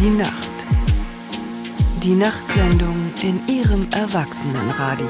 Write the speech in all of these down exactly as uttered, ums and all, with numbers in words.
Die Nacht. Die Nachtsendung in Ihrem Erwachsenenradio.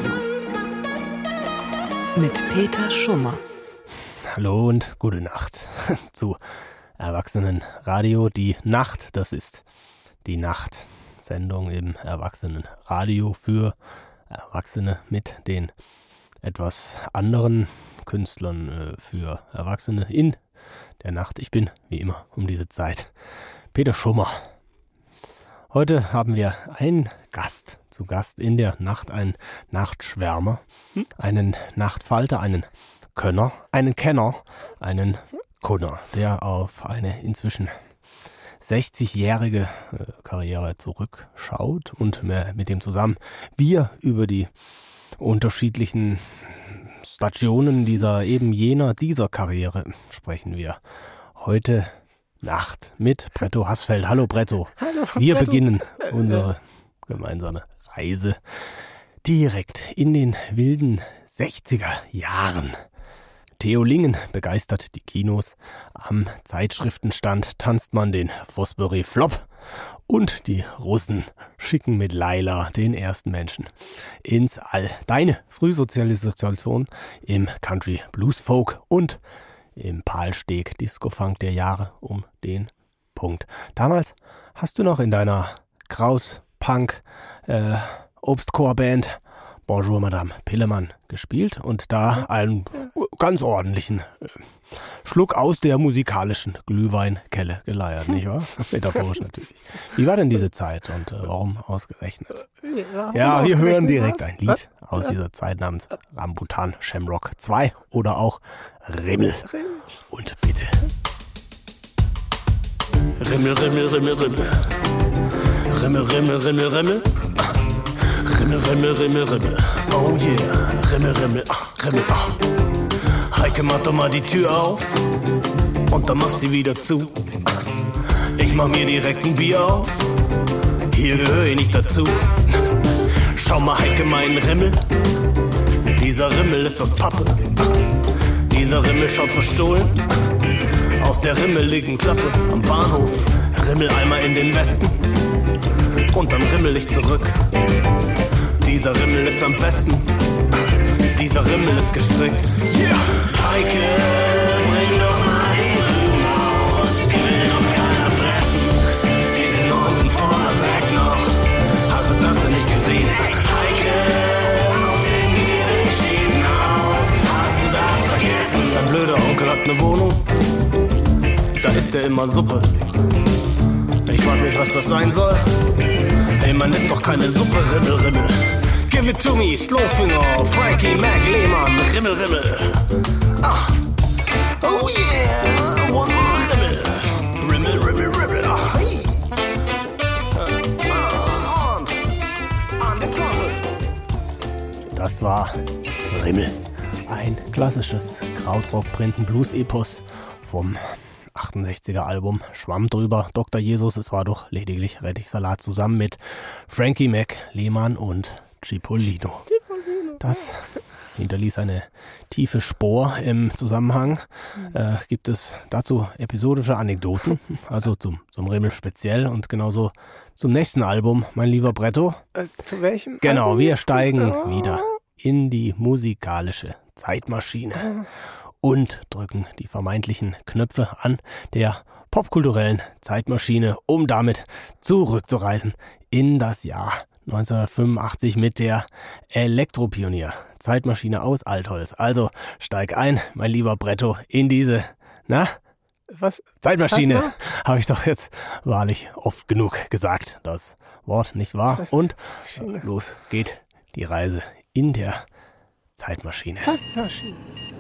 Mit Peter Schummer. Hallo und gute Nacht zu Erwachsenenradio. Die Nacht, das ist die Nachtsendung im Erwachsenenradio für Erwachsene mit den etwas anderen Künstlern äh, für Erwachsene in der Nacht. Ich bin, wie immer, um diese Zeit Peter Schummer. Heute haben wir einen Gast zu Gast in der Nacht, einen Nachtschwärmer, einen Nachtfalter, einen Könner, einen Kenner, einen Kunner, der auf eine inzwischen sechzigjährige äh, Karriere zurückschaut und mit dem zusammen wir über die unterschiedlichen Stationen dieser, eben jener, dieser Karriere sprechen wir heute Nacht mit Bretto Hassfeld. Hallo Bretto. Hallo wir Bretto. beginnen unsere gemeinsame Reise direkt in den wilden sechziger Jahren. Theo Lingen begeistert die Kinos, am Zeitschriftenstand tanzt man den Fosbury Flop und die Russen schicken mit Laila den ersten Menschen ins All. Deine Frühsozialisation im Country Blues Folk und im Palsteg Disco Funk der Jahre um den Punkt. Damals hast du noch in deiner Kraus Punk äh, Obstchor-Band Bonjour Madame Pillemann gespielt und da einen ganz ordentlichen äh, Schluck aus der musikalischen Glühweinkelle geleiert, nicht wahr? Metaphorisch natürlich. Wie war denn diese Zeit und äh, warum ausgerechnet? Warum Ja, wir hören direkt was? ein Lied aus dieser Zeit namens Rambutan Shamrock zwei oder auch Rimmel. Und bitte. Rimmel, Rimmel, Rimmel, Rimmel. Rimmel, Rimmel, Rimmel, Rimmel. Rimmel, Rimmel, Rimmel, Rimmel. Oh yeah. Rimmel, Rimmel, ah, Rimmel, ah. Heike, mach doch mal die Tür auf und dann mach sie wieder zu. Ich mach mir direkt ein Bier auf. Hier gehöre ich nicht dazu. Schau mal, Heike, meinen Rimmel. Dieser Rimmel ist aus Pappe. Dieser Rimmel schaut verstohlen aus der rimmeligen Klappe am Bahnhof. Rimmel einmal in den Westen und dann rimmel ich zurück. Dieser Rimmel ist am besten. Dieser Rimmel ist gestrickt. Yeah! Heike, bring doch mal die Rüben raus. Die will doch keiner fressen. Die sind unten voller Dreck noch. Hast du das denn nicht gesehen? Heike, auf dem Gehweg steht ein Haus. Hast du das vergessen? Dein blöder Onkel hat eine Wohnung. Da isst er immer Suppe. Ich frag mich, was das sein soll. Hey, man isst doch keine Suppe, Rimmel, Rimmel. Give it to me, Slowfinger, Frankie, Mac, Lehmann, Rimmel, Rimmel. Ah, oh yeah, one more Rimmel. Rimmel, Rimmel, Rimmel, ah, hey. Ah, und an der Trommel. Das war Rimmel. Ein klassisches Krautrock-Printen-Blues-Epos vom achtundsechziger Album Schwamm drüber. Doktor Jesus, es war doch lediglich Rettichsalat zusammen mit Frankie Mac, Lehmann und Cipollino. Das hinterließ eine tiefe Spur im Zusammenhang. Äh, gibt es dazu episodische Anekdoten, also zum, zum Rimmel speziell und genauso zum nächsten Album, mein lieber Bretto. Äh, zu welchem? Genau, Album? wir steigen Oh. wieder in die musikalische Zeitmaschine und drücken die vermeintlichen Knöpfe an der popkulturellen Zeitmaschine, um damit zurückzureisen in das Jahr neunzehnhundertfünfundachtzig mit der Elektropionier-Zeitmaschine aus Altholz. Also steig ein, mein lieber Bretto, in diese, na, Was? Zeitmaschine, Was noch? habe ich doch jetzt wahrlich oft genug gesagt, das Wort, nicht wahr? Und los geht die Reise in der Zeitmaschine. Zeitmaschine.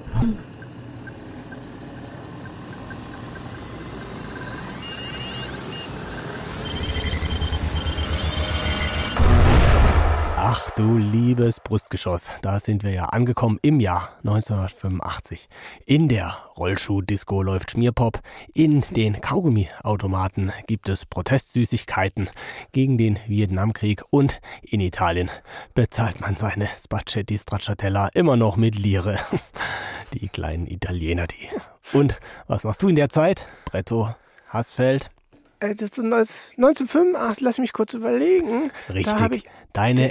Ach du liebes Brustgeschoss, da sind wir ja angekommen im Jahr neunzehnhundertfünfundachtzig. In der Rollschuh-Disco läuft Schmierpop, in den Kaugummiautomaten gibt es Protestsüßigkeiten gegen den Vietnamkrieg und in Italien bezahlt man seine Spaghetti Stracciatella immer noch mit Lire. Die kleinen Italiener, die. Und was machst du in der Zeit, Bretto Hassfeld? Äh, das ist neunzehnhundertfünfundachtzig, lass mich kurz überlegen. Richtig. Deine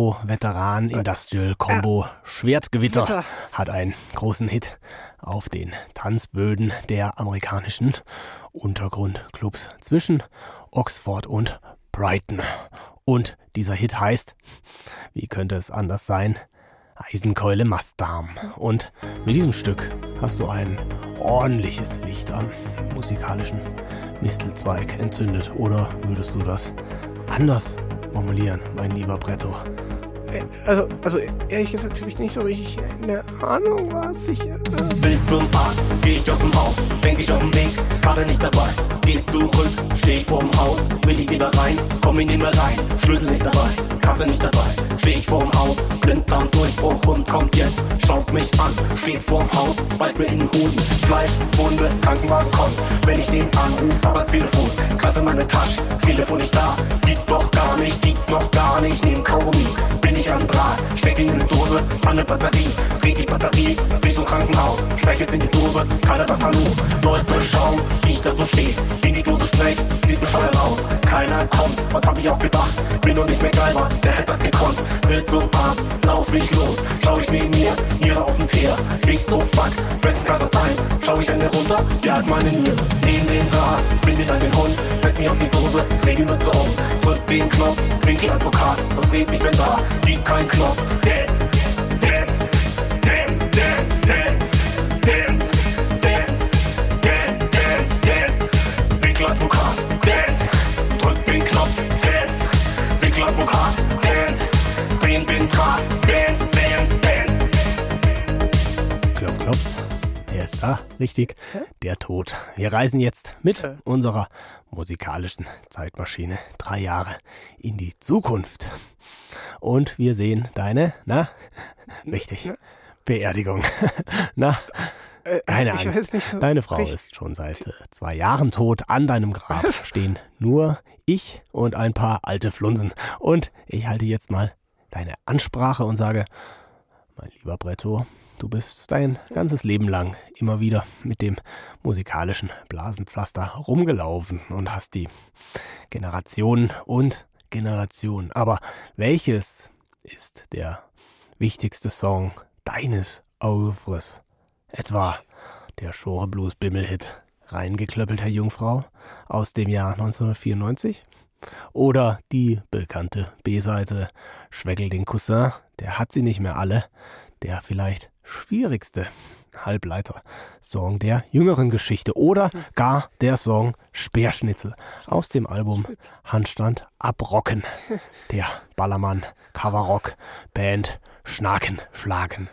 Elektro-Veteran-Industrial-Combo Schwertgewitter Wetter. hat einen großen Hit auf den Tanzböden der amerikanischen Untergrundclubs zwischen Oxford und Brighton. Und dieser Hit heißt, wie könnte es anders sein, Eisenkeule Mastdarm. Und mit diesem Stück hast du ein ordentliches Licht am musikalischen Mistelzweig entzündet. Oder würdest du das anders formulieren, mein lieber Bretto? Also, also ehrlich gesagt habe ich nicht so richtig eine Ahnung, was ich... Äh Will zum Arzt, geh ich aus dem Haus, denk ich auf dem Weg, Karte nicht dabei, geh zurück, steh ich vorm Haus, will ich wieder rein, komm ich nicht mehr rein, Schlüssel nicht dabei, Karte nicht dabei, steh ich vorm Haus, Blinddarmdurchbruch und kommt jetzt, schaut mich an, steht vorm Haus, beißt mir in den Hoden, Fleisch, Wunde, Krankenwagen kommt, wenn ich den anruf, aber Telefon, greife meine Tasche, Telefon nicht da, gibt's doch gar nicht, gibt's noch gar nicht, nehm Kaugummi, bin ich am Draht, steck ihn in eine Dose, an eine Batterie, dreh die Batterie, Richtung Krankenhaus, sprech jetzt in die Dose, keiner sagt Hallo, Leute schauen, wie ich da so steh, in die Dose sprech, sieht bescheuert aus, keiner kommt, was hab ich auch gedacht, bin doch nicht mehr Geiber, der hätte das gekonnt, will zum Arzt, lauf ich los, schau ich neben mir, Niere auf dem Teer, ich so fuck, wessen kann das sein, schau ich eine runter, der hat meine Niere, nehm den Draht, binde dann den Hund, setz mich auf die Dose, dreh die Mütze um, drück den Knopf, Winkel Advokat, was red ich denn da, gib keinen Knopf, dance, dance, dance, dance, dance, dance, dance, dance, dance, dance, Winkel Advokat, dance, drück den Knopf, dance, Winkel Advokat, dance, drehen den Draht, dance, dance, dance. Klopf, klopf. Er ist da, richtig, der Tod. Wir reisen jetzt mit unserer musikalischen Zeitmaschine drei Jahre in die Zukunft. Und wir sehen deine, na, richtig, Beerdigung. Na, keine ich Angst, weiß nicht so deine Frau richtig. ist schon seit äh, zwei Jahren tot. An deinem Grab stehen nur ich und ein paar alte Flunsen. Und ich halte jetzt mal deine Ansprache und sage, mein lieber Bretto, du bist dein ganzes Leben lang immer wieder mit dem musikalischen Blasenpflaster rumgelaufen und hast die Generationen und Generationen. Aber welches ist der wichtigste Song deines Oeuvres? Etwa der Schore Blues Bimmel-Hit Reingeklöppelt, Herr Jungfrau aus dem Jahr neunzehnhundertvierundneunzig? Oder die bekannte B-Seite Schwegel den Cousin, der hat sie nicht mehr alle, der vielleicht schwierigste Halbleiter-Song der jüngeren Geschichte oder gar der Song Speerschnitzel aus dem Album Handstand abrocken, der Ballermann Coverrock Band Schnaken schlagen.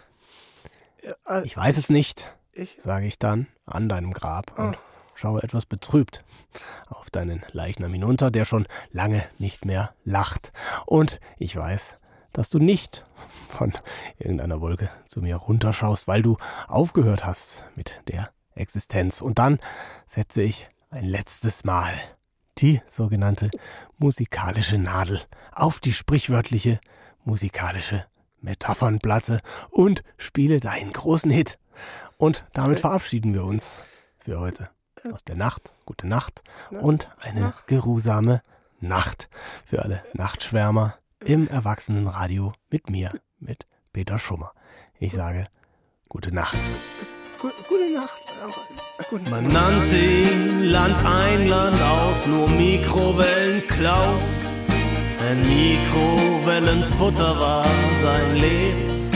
Ich weiß es nicht, sage ich dann an deinem Grab und schaue etwas betrübt auf deinen Leichnam hinunter, der schon lange nicht mehr lacht. Und ich weiß, dass du nicht von irgendeiner Wolke zu mir runterschaust, weil du aufgehört hast mit der Existenz. Und dann setze ich ein letztes Mal die sogenannte musikalische Nadel auf die sprichwörtliche musikalische Metaphernplatte und spiele deinen großen Hit. Und damit verabschieden wir uns für heute aus der Nacht. Gute Nacht und eine geruhsame Nacht für alle Nachtschwärmer im Erwachsenenradio mit mir, mit Peter Schummer. Ich sage gute Nacht. Gu- Gute Nacht. Auch, gute Nacht. Man nannte ihn Land ein, Land aus, nur Mikrowellenklaus. Ein Mikrowellenfutter war sein Leben.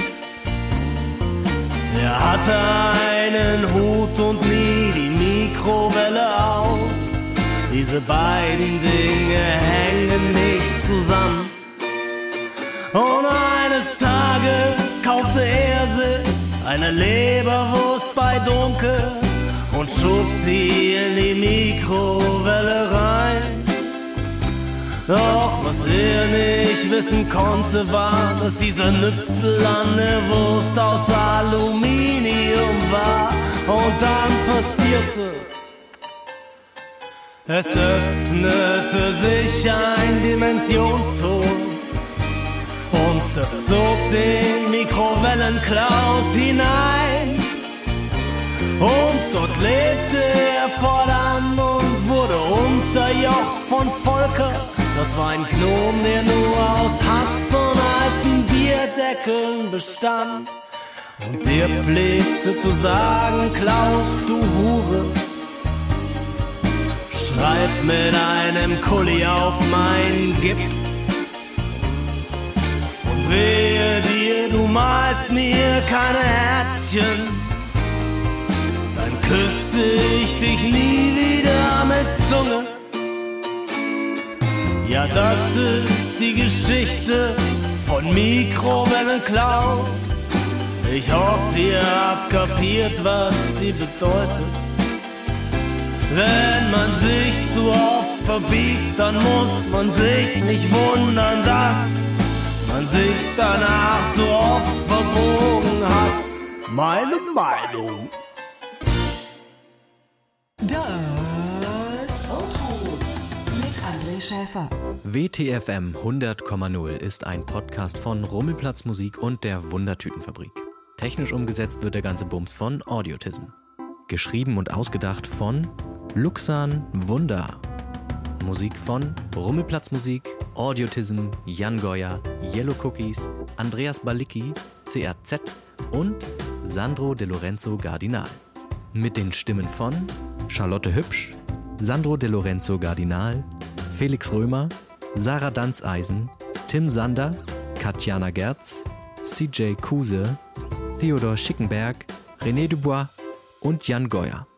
Er hatte einen Hut und nie die Mikrowelle aus. Diese beiden Dinge hängen nicht zusammen. Und eines Tages kaufte er sich eine Leberwurst bei Dunkel und schob sie in die Mikrowelle rein. Doch was er nicht wissen konnte, war, dass dieser Nüpsel an der Wurst aus Aluminium war. Und dann passierte es. Es öffnete sich ein Dimensionstor und das zog den Mikrowellenklaus hinein. Und dort lebte er fortan und wurde unterjocht ein Gnom, der nur aus Hass und alten Bierdeckeln bestand. Und der pflegte zu sagen, Klaus, du Hure, schreib mit einem Kuli auf mein Gips. Und wehe dir, du malst mir keine Herzchen, dann küsse ich dich nie wieder mit Zunge. Ja, das ist die Geschichte von Mikrowellen-Klaus. Ich hoffe, ihr habt kapiert, was sie bedeutet. Wenn man sich zu oft verbiegt, dann muss man sich nicht wundern, dass man sich danach zu oft verbogen hat. Meine Meinung. Das Outro mit André Schäfer. W T F M hundert Komma null ist ein Podcast von Rummelplatz Musik und der Wundertütenfabrik. Technisch umgesetzt wird der ganze Bums von Audiotism. Geschrieben und ausgedacht von Luxan Wunder. Musik von Rummelplatz Musik, Audiotism, Jan Goya, Yellow Cookies, Andreas Balicki, C R Z und Sandro De Lorenzo Gardinal. Mit den Stimmen von Charlotte Hübsch, Sandro De Lorenzo Gardinal, Felix Römer, Sarah Danzeisen, Tim Sander, Katjana Gerz, C J Kuse, Theodor Schickenberg, René Dubois und Jan Goya.